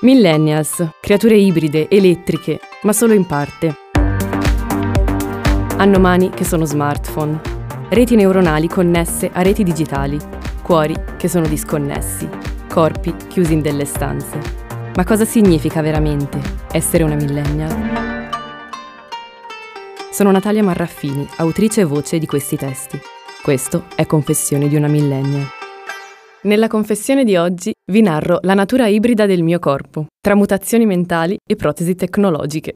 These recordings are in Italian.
Millennials, creature ibride, elettriche, ma solo in parte. Hanno mani che sono smartphone, reti neuronali connesse a reti digitali, cuori che sono disconnessi, corpi chiusi in delle stanze. Ma cosa significa veramente essere una millennial? Sono Natalia Marraffini, autrice e voce di questi testi. Questo è Confessione di una millennial. Nella confessione di oggi vi narro la natura ibrida del mio corpo, tra mutazioni mentali e protesi tecnologiche.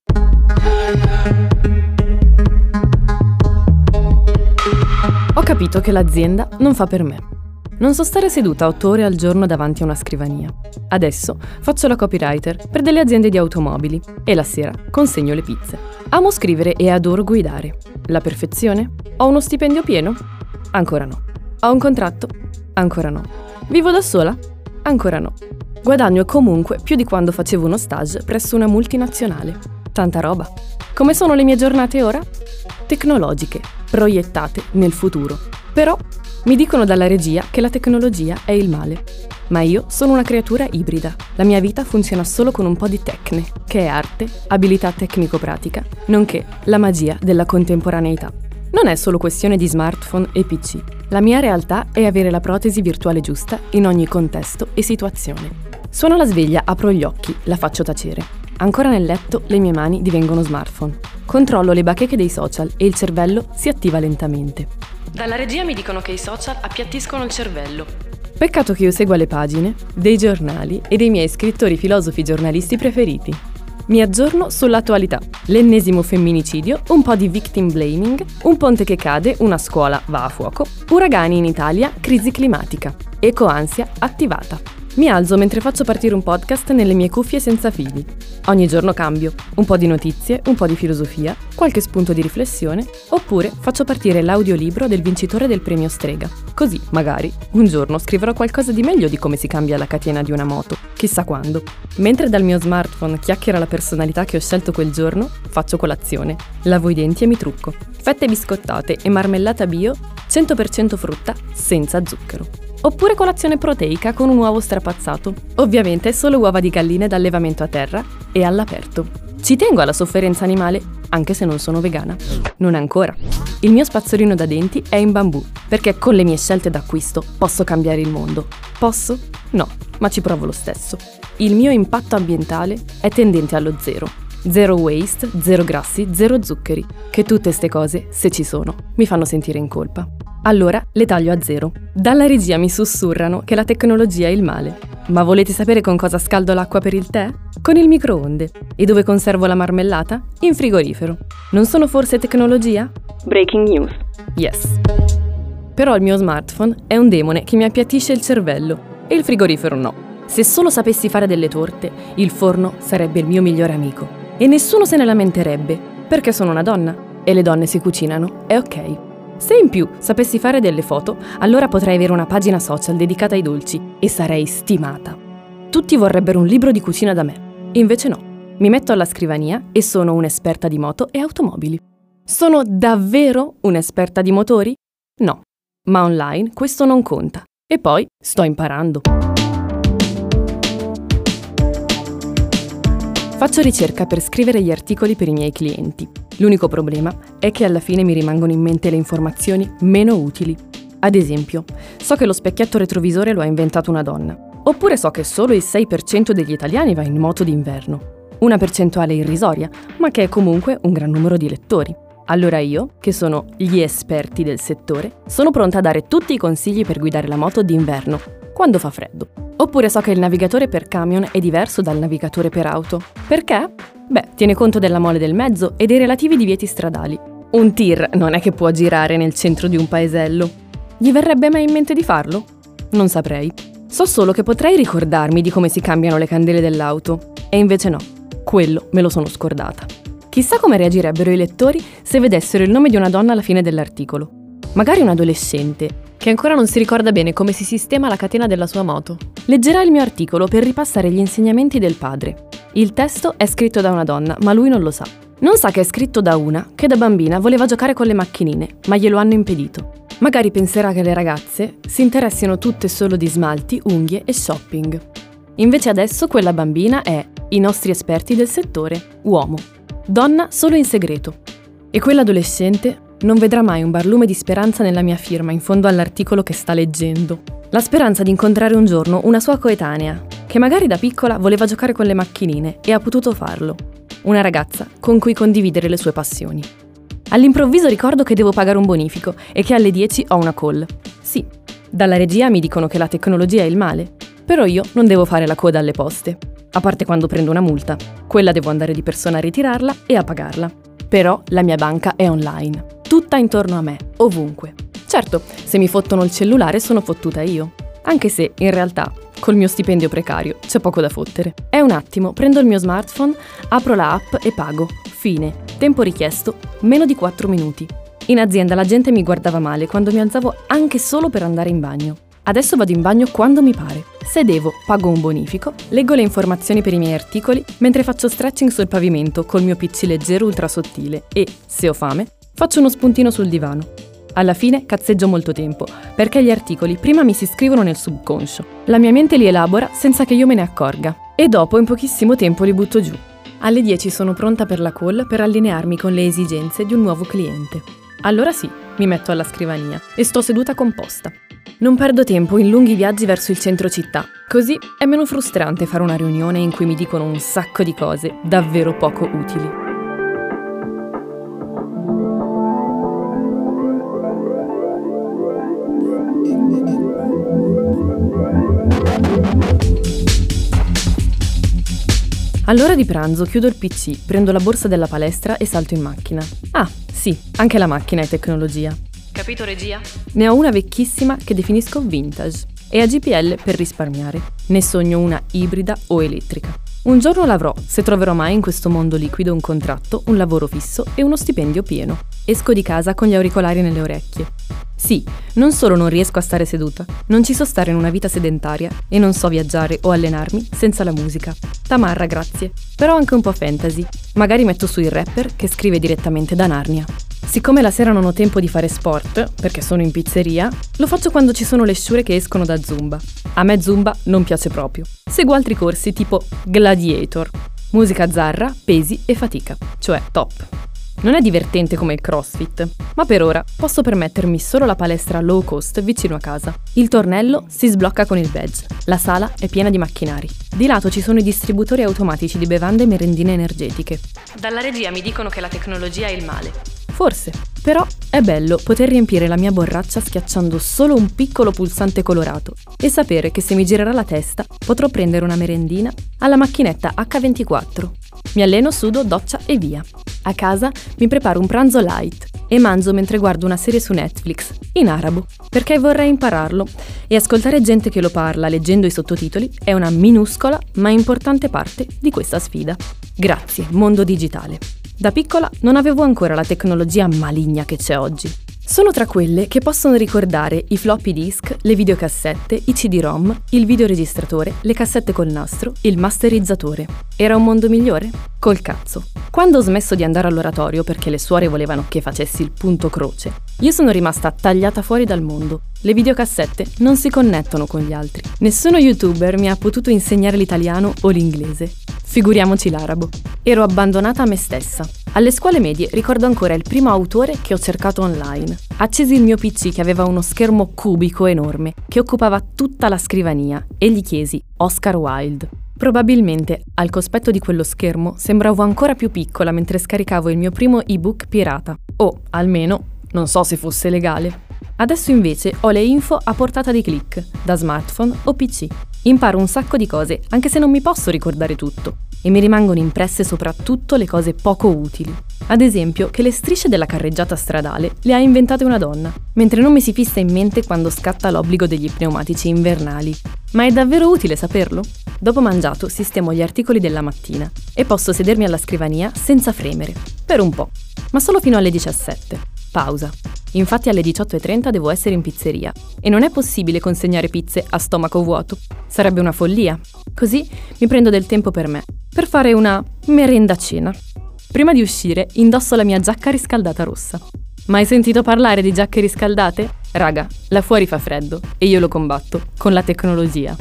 Ho capito che l'azienda non fa per me. Non so stare seduta 8 ore al giorno davanti a una scrivania. Adesso faccio la copywriter per delle aziende di automobili e la sera consegno le pizze. Amo scrivere e adoro guidare. La perfezione? Ho uno stipendio pieno? Ancora no. Ho un contratto? Ancora no. Vivo da sola? Ancora no. Guadagno comunque più di quando facevo uno stage presso una multinazionale. Tanta roba. Come sono le mie giornate ora? Tecnologiche, proiettate nel futuro. Però mi dicono dalla regia che la tecnologia è il male. Ma io sono una creatura ibrida. La mia vita funziona solo con un po' di tecne, che è arte, abilità tecnico-pratica, nonché la magia della contemporaneità. Non è solo questione di smartphone e PC. La mia realtà è avere la protesi virtuale giusta in ogni contesto e situazione. Suono la sveglia, apro gli occhi, la faccio tacere. Ancora nel letto le mie mani divengono smartphone. Controllo le bacheche dei social e il cervello si attiva lentamente. Dalla regia mi dicono che i social appiattiscono il cervello. Peccato che io segua le pagine dei giornali e dei miei scrittori filosofi giornalisti preferiti. Mi aggiorno sull'attualità, l'ennesimo femminicidio, un po' di victim blaming, un ponte che cade, una scuola va a fuoco, uragani in Italia, crisi climatica, ecoansia attivata. Mi alzo mentre faccio partire un podcast nelle mie cuffie senza fili. Ogni giorno cambio, un po' di notizie, un po' di filosofia, qualche spunto di riflessione, oppure faccio partire l'audiolibro del vincitore del premio Strega. Così, magari, un giorno scriverò qualcosa di meglio di come si cambia la catena di una moto, chissà quando. Mentre dal mio smartphone chiacchiera la personalità che ho scelto quel giorno, faccio colazione, lavo i denti e mi trucco. Fette biscottate e marmellata bio, 100% frutta, senza zucchero. Oppure colazione proteica con un uovo strapazzato. Ovviamente solo uova di galline d'allevamento a terra e all'aperto. Ci tengo alla sofferenza animale, anche se non sono vegana. Non ancora. Il mio spazzolino da denti è in bambù, perché con le mie scelte d'acquisto posso cambiare il mondo. Posso? No, ma ci provo lo stesso. Il mio impatto ambientale è tendente allo zero. Zero waste, zero grassi, zero zuccheri. Che tutte ste cose, se ci sono, mi fanno sentire in colpa. Allora le taglio a zero. Dalla regia mi sussurrano che la tecnologia è il male. Ma volete sapere con cosa scaldo l'acqua per il tè? Con il microonde. E dove conservo la marmellata? In frigorifero. Non sono forse tecnologia? Breaking news. Yes. Però il mio smartphone è un demone che mi appiattisce il cervello e il frigorifero no. Se solo sapessi fare delle torte, il forno sarebbe il mio migliore amico. E nessuno se ne lamenterebbe, perché sono una donna e le donne si cucinano, è ok. Se in più sapessi fare delle foto, allora potrei avere una pagina social dedicata ai dolci e sarei stimata. Tutti vorrebbero un libro di cucina da me. Invece no. Mi metto alla scrivania e sono un'esperta di moto e automobili. Sono davvero un'esperta di motori? No. Ma online questo non conta. E poi sto imparando. Faccio ricerca per scrivere gli articoli per i miei clienti. L'unico problema è che alla fine mi rimangono in mente le informazioni meno utili. Ad esempio, so che lo specchietto retrovisore lo ha inventato una donna. Oppure so che solo il 6% degli italiani va in moto d'inverno. Una percentuale irrisoria, ma che è comunque un gran numero di lettori. Allora io, che sono gli esperti del settore, sono pronta a dare tutti i consigli per guidare la moto d'inverno, quando fa freddo. Oppure so che il navigatore per camion è diverso dal navigatore per auto. Perché? Beh, tiene conto della mole del mezzo e dei relativi divieti stradali. Un tir non è che può girare nel centro di un paesello. Gli verrebbe mai in mente di farlo? Non saprei. So solo che potrei ricordarmi di come si cambiano le candele dell'auto. E invece no, quello me lo sono scordata. Chissà come reagirebbero i lettori se vedessero il nome di una donna alla fine dell'articolo. Magari un adolescente che ancora non si ricorda bene come si sistema la catena della sua moto. Leggerà il mio articolo per ripassare gli insegnamenti del padre. Il testo è scritto da una donna, ma lui non lo sa. Non sa che è scritto da una che da bambina voleva giocare con le macchinine, ma glielo hanno impedito. Magari penserà che le ragazze si interessino tutte solo di smalti, unghie e shopping. Invece adesso quella bambina è i nostri esperti del settore, uomo. Donna solo in segreto. E quell'adolescente non vedrà mai un barlume di speranza nella mia firma in fondo all'articolo che sta leggendo. La speranza di incontrare un giorno una sua coetanea, che magari da piccola voleva giocare con le macchinine e ha potuto farlo. Una ragazza con cui condividere le sue passioni. All'improvviso ricordo che devo pagare un bonifico e che alle 10 ho una call. Sì, dalla regia mi dicono che la tecnologia è il male, però io non devo fare la coda alle poste. A parte quando prendo una multa, quella devo andare di persona a ritirarla e a pagarla. Però la mia banca è online, tutta intorno a me, ovunque. Certo, se mi fottono il cellulare sono fottuta io, anche se, in realtà, col mio stipendio precario c'è poco da fottere. È un attimo, prendo il mio smartphone, apro la app e pago. Fine. Tempo richiesto, meno di 4 minuti. In azienda la gente mi guardava male quando mi alzavo anche solo per andare in bagno. Adesso vado in bagno quando mi pare. Se devo, pago un bonifico, leggo le informazioni per i miei articoli, mentre faccio stretching sul pavimento col mio PC leggero ultra sottile e, se ho fame, faccio uno spuntino sul divano. Alla fine cazzeggio molto tempo, perché gli articoli prima mi si scrivono nel subconscio. La mia mente li elabora senza che io me ne accorga. E dopo, in pochissimo tempo, li butto giù. Alle 10 sono pronta per la call per allinearmi con le esigenze di un nuovo cliente. Allora sì, mi metto alla scrivania e sto seduta composta. Non perdo tempo in lunghi viaggi verso il centro città, così è meno frustrante fare una riunione in cui mi dicono un sacco di cose davvero poco utili. All'ora di pranzo chiudo il PC, prendo la borsa della palestra e salto in macchina. Ah, sì, anche la macchina è tecnologia. Capito, regia? Ne ho una vecchissima che definisco vintage e a GPL per risparmiare. Ne sogno una ibrida o elettrica. Un giorno l'avrò, se troverò mai in questo mondo liquido un contratto, un lavoro fisso e uno stipendio pieno. Esco di casa con gli auricolari nelle orecchie. Sì, non solo non riesco a stare seduta, non ci so stare in una vita sedentaria e non so viaggiare o allenarmi senza la musica. Tamarra, grazie. Però anche un po' fantasy. Magari metto su il rapper che scrive direttamente da Narnia. Siccome la sera non ho tempo di fare sport, perché sono in pizzeria, lo faccio quando ci sono le sciure che escono da Zumba. A me Zumba non piace proprio. Seguo altri corsi tipo Gladiator. Musica zarra, pesi e fatica, cioè top. Non è divertente come il CrossFit, ma per ora posso permettermi solo la palestra low cost vicino a casa. Il tornello si sblocca con il badge, la sala è piena di macchinari. Di lato ci sono i distributori automatici di bevande e merendine energetiche. Dalla regia mi dicono che la tecnologia è il male. Forse, però è bello poter riempire la mia borraccia schiacciando solo un piccolo pulsante colorato e sapere che se mi girerà la testa potrò prendere una merendina alla macchinetta H24. Mi alleno, sudo, doccia e via. A casa mi preparo un pranzo light e mangio mentre guardo una serie su Netflix, in arabo, perché vorrei impararlo e ascoltare gente che lo parla leggendo i sottotitoli è una minuscola ma importante parte di questa sfida. Grazie, mondo digitale. Da piccola non avevo ancora la tecnologia maligna che c'è oggi. Sono tra quelle che possono ricordare i floppy disk, le videocassette, i CD-ROM, il videoregistratore, le cassette col nastro, il masterizzatore. Era un mondo migliore? Col cazzo. Quando ho smesso di andare all'oratorio perché le suore volevano che facessi il punto croce, io sono rimasta tagliata fuori dal mondo. Le videocassette non si connettono con gli altri. Nessuno youtuber mi ha potuto insegnare l'italiano o l'inglese. Figuriamoci l'arabo. Ero abbandonata a me stessa. Alle scuole medie ricordo ancora il primo autore che ho cercato online. Accesi il mio PC che aveva uno schermo cubico enorme che occupava tutta la scrivania e gli chiesi Oscar Wilde. Probabilmente, al cospetto di quello schermo, sembravo ancora più piccola mentre scaricavo il mio primo ebook pirata. O, almeno, non so se fosse legale. Adesso invece ho le info a portata di click, da smartphone o PC. Imparo un sacco di cose, anche se non mi posso ricordare tutto. E mi rimangono impresse soprattutto le cose poco utili. Ad esempio, che le strisce della carreggiata stradale le ha inventate una donna, mentre non mi si fissa in mente quando scatta l'obbligo degli pneumatici invernali. Ma è davvero utile saperlo? Dopo mangiato sistemo gli articoli della mattina e posso sedermi alla scrivania senza fremere, per un po', ma solo fino alle 17. Pausa. Infatti alle 18:30 devo essere in pizzeria e non è possibile consegnare pizze a stomaco vuoto. Sarebbe una follia. Così mi prendo del tempo per me, per fare una merenda cena. Prima di uscire indosso la mia giacca riscaldata rossa. Mai sentito parlare di giacche riscaldate? Raga, là fuori fa freddo e io lo combatto con la tecnologia.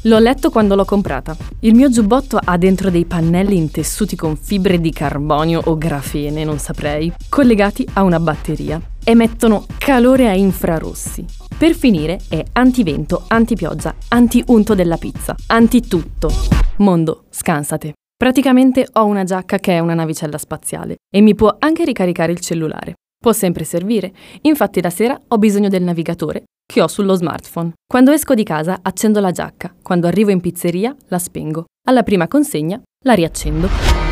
L'ho letto quando l'ho comprata. Il mio giubbotto ha dentro dei pannelli intessuti con fibre di carbonio o grafene, non saprei, collegati a una batteria. Emettono calore a infrarossi. Per finire è antivento, antipioggia, anti-unto della pizza, anti-tutto. Mondo, scansate. Praticamente ho una giacca che è una navicella spaziale e mi può anche ricaricare il cellulare. Può sempre servire, infatti la sera ho bisogno del navigatore che ho sullo smartphone. Quando esco di casa accendo la giacca, quando arrivo in pizzeria la spengo, alla prima consegna la riaccendo.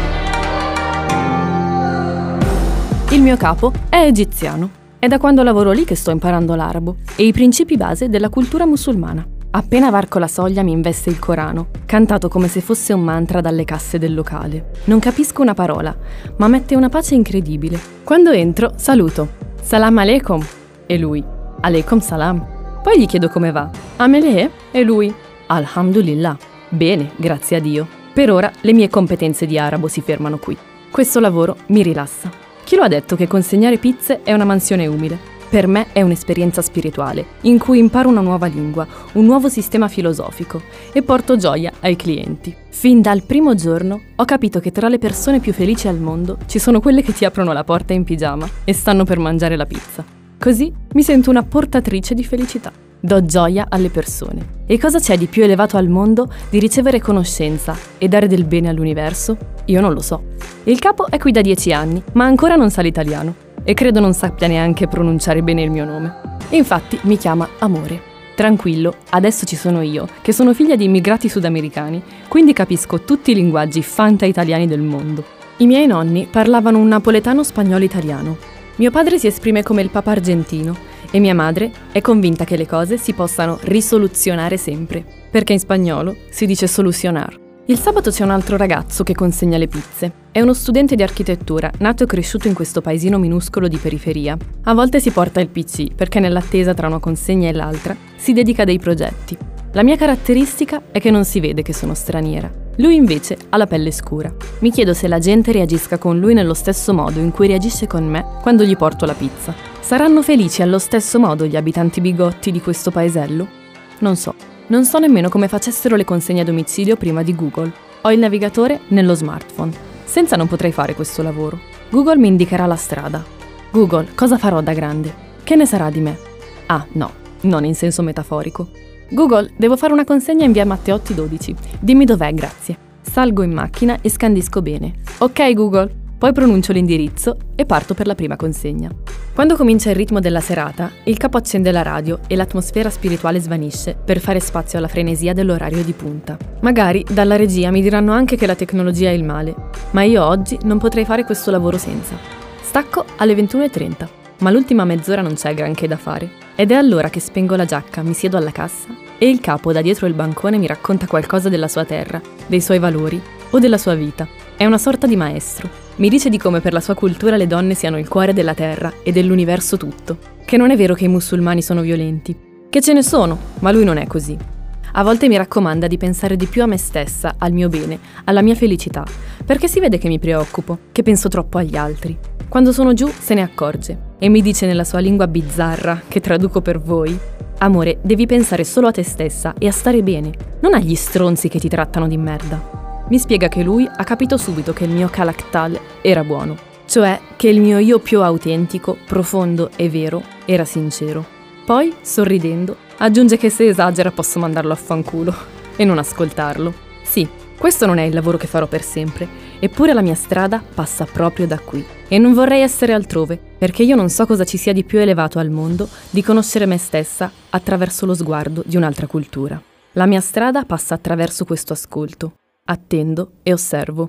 Il mio capo è egiziano. È da quando lavoro lì che sto imparando l'arabo e i principi base della cultura musulmana. Appena varco la soglia mi investe il Corano, cantato come se fosse un mantra dalle casse del locale. Non capisco una parola, ma mette una pace incredibile. Quando entro, saluto. Salam alaikum. E lui. Alaikum salam. Poi gli chiedo come va. Amele? E lui. Alhamdulillah. Bene, grazie a Dio. Per ora le mie competenze di arabo si fermano qui. Questo lavoro mi rilassa. Chi lo ha detto che consegnare pizze è una mansione umile? Per me è un'esperienza spirituale, in cui imparo una nuova lingua, un nuovo sistema filosofico e porto gioia ai clienti. Fin dal primo giorno ho capito che tra le persone più felici al mondo ci sono quelle che ti aprono la porta in pigiama e stanno per mangiare la pizza. Così mi sento una portatrice di felicità. Do gioia alle persone. E cosa c'è di più elevato al mondo di ricevere conoscenza e dare del bene all'universo? Io non lo so. Il capo è qui da 10 anni, ma ancora non sa l'italiano. E credo non sappia neanche pronunciare bene il mio nome. Infatti mi chiama Amore. Tranquillo, adesso ci sono io, che sono figlia di immigrati sudamericani, quindi capisco tutti i linguaggi fanta-italiani del mondo. I miei nonni parlavano un napoletano spagnolo-italiano. Mio padre si esprime come il Papa argentino e mia madre è convinta che le cose si possano risoluzionare sempre, perché in spagnolo si dice solucionar. Il sabato c'è un altro ragazzo che consegna le pizze. È uno studente di architettura, nato e cresciuto in questo paesino minuscolo di periferia. A volte si porta il PC, perché nell'attesa tra una consegna e l'altra si dedica a dei progetti. La mia caratteristica è che non si vede che sono straniera. Lui invece ha la pelle scura. Mi chiedo se la gente reagisca con lui nello stesso modo in cui reagisce con me quando gli porto la pizza. Saranno felici allo stesso modo gli abitanti bigotti di questo paesello? Non so. Non so nemmeno come facessero le consegne a domicilio prima di Google. Ho il navigatore nello smartphone. Senza non potrei fare questo lavoro. Google mi indicherà la strada. Google, cosa farò da grande? Che ne sarà di me? Ah, no, non in senso metaforico. Google, devo fare una consegna in via Matteotti 12. Dimmi dov'è, grazie. Salgo in macchina e scandisco bene. Ok, Google. Poi pronuncio l'indirizzo e parto per la prima consegna. Quando comincia il ritmo della serata, il capo accende la radio e l'atmosfera spirituale svanisce per fare spazio alla frenesia dell'orario di punta. Magari dalla regia mi diranno anche che la tecnologia è il male, ma io oggi non potrei fare questo lavoro senza. Stacco alle 21:30, ma l'ultima mezz'ora non c'è granché da fare. Ed è allora che spengo la giacca, mi siedo alla cassa e il capo da dietro il bancone mi racconta qualcosa della sua terra, dei suoi valori o della sua vita. È una sorta di maestro. Mi dice di come per la sua cultura le donne siano il cuore della terra e dell'universo tutto. Che non è vero che i musulmani sono violenti. Che ce ne sono, ma lui non è così. A volte mi raccomanda di pensare di più a me stessa, al mio bene, alla mia felicità, perché si vede che mi preoccupo, che penso troppo agli altri. Quando sono giù se ne accorge e mi dice nella sua lingua bizzarra, che traduco per voi: amore, devi pensare solo a te stessa e a stare bene, non agli stronzi che ti trattano di merda. Mi spiega che lui ha capito subito che il mio Kalaktal era buono, cioè che il mio io più autentico, profondo e vero era sincero. Poi, sorridendo, aggiunge che se esagera posso mandarlo a fanculo e non ascoltarlo. Sì, questo non è il lavoro che farò per sempre, eppure la mia strada passa proprio da qui. E non vorrei essere altrove, perché io non so cosa ci sia di più elevato al mondo di conoscere me stessa attraverso lo sguardo di un'altra cultura. La mia strada passa attraverso questo ascolto. Attendo e osservo.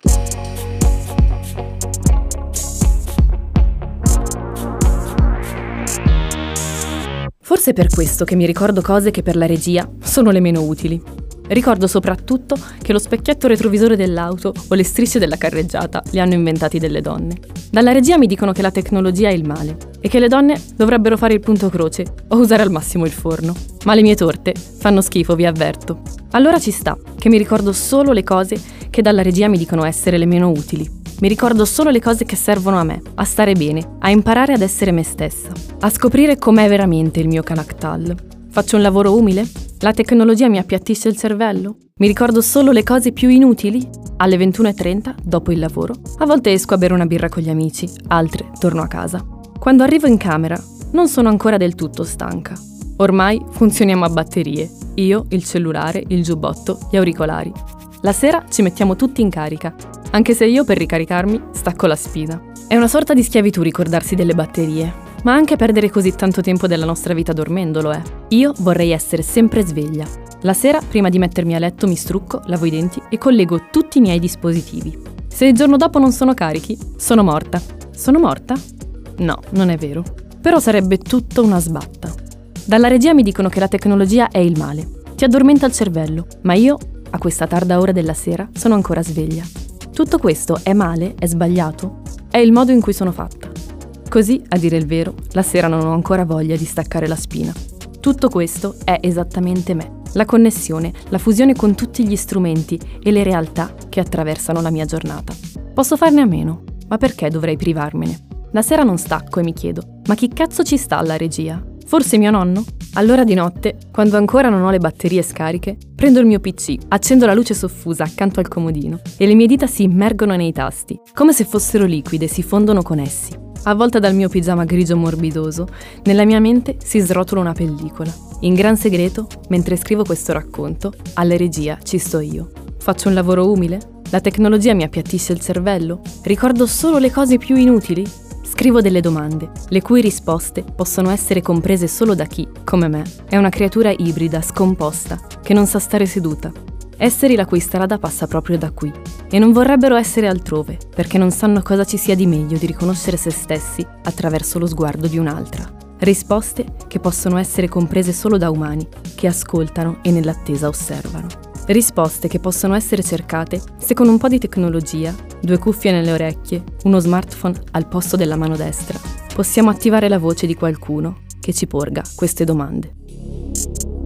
Forse è per questo che mi ricordo cose che per la regia sono le meno utili. Ricordo soprattutto che lo specchietto retrovisore dell'auto o le strisce della carreggiata li hanno inventati delle donne. Dalla regia mi dicono che la tecnologia è il male e che le donne dovrebbero fare il punto croce o usare al massimo il forno. Ma le mie torte fanno schifo, vi avverto. Allora ci sta che mi ricordo solo le cose che dalla regia mi dicono essere le meno utili. Mi ricordo solo le cose che servono a me, a stare bene, a imparare ad essere me stessa, a scoprire com'è veramente il mio Kalaktal. Faccio un lavoro umile? La tecnologia mi appiattisce il cervello? Mi ricordo solo le cose più inutili? Alle 21:30, dopo il lavoro, a volte esco a bere una birra con gli amici, altre torno a casa. Quando arrivo in camera, non sono ancora del tutto stanca. Ormai funzioniamo a batterie. Io, il cellulare, il giubbotto, gli auricolari. La sera ci mettiamo tutti in carica, anche se io per ricaricarmi stacco la spina. È una sorta di schiavitù ricordarsi delle batterie, ma anche perdere così tanto tempo della nostra vita dormendo lo è. Io vorrei essere sempre sveglia. La sera, prima di mettermi a letto, mi strucco, lavo i denti e collego tutti i miei dispositivi. Se il giorno dopo non sono carichi, sono morta. Sono morta? No, non è vero. Però sarebbe tutta una sbatta. Dalla regia mi dicono che la tecnologia è il male. Ti addormenta il cervello, ma io, a questa tarda ora della sera, sono ancora sveglia. Tutto questo è male? È sbagliato? È il modo in cui sono fatta. Così, a dire il vero, la sera non ho ancora voglia di staccare la spina. Tutto questo è esattamente me. La connessione, la fusione con tutti gli strumenti e le realtà che attraversano la mia giornata. Posso farne a meno, ma perché dovrei privarmene? La sera non stacco e mi chiedo, ma chi cazzo ci sta alla regia? Forse mio nonno? Allora di notte, quando ancora non ho le batterie scariche, prendo il mio PC, accendo la luce soffusa accanto al comodino e le mie dita si immergono nei tasti, come se fossero liquide e si fondono con essi. Avvolta dal mio pigiama grigio morbidoso, nella mia mente si srotola una pellicola. In gran segreto, mentre scrivo questo racconto, alla regia ci sto io. Faccio un lavoro umile? La tecnologia mi appiattisce il cervello? Ricordo solo le cose più inutili? Scrivo delle domande, le cui risposte possono essere comprese solo da chi, come me, è una creatura ibrida, scomposta, che non sa stare seduta. Esseri la cui strada passa proprio da qui, e non vorrebbero essere altrove, perché non sanno cosa ci sia di meglio di riconoscere se stessi attraverso lo sguardo di un'altra. Risposte che possono essere comprese solo da umani, che ascoltano e nell'attesa osservano. Risposte che possono essere cercate se con un po' di tecnologia, 2 cuffie nelle orecchie, uno smartphone al posto della mano destra, possiamo attivare la voce di qualcuno che ci porga queste domande.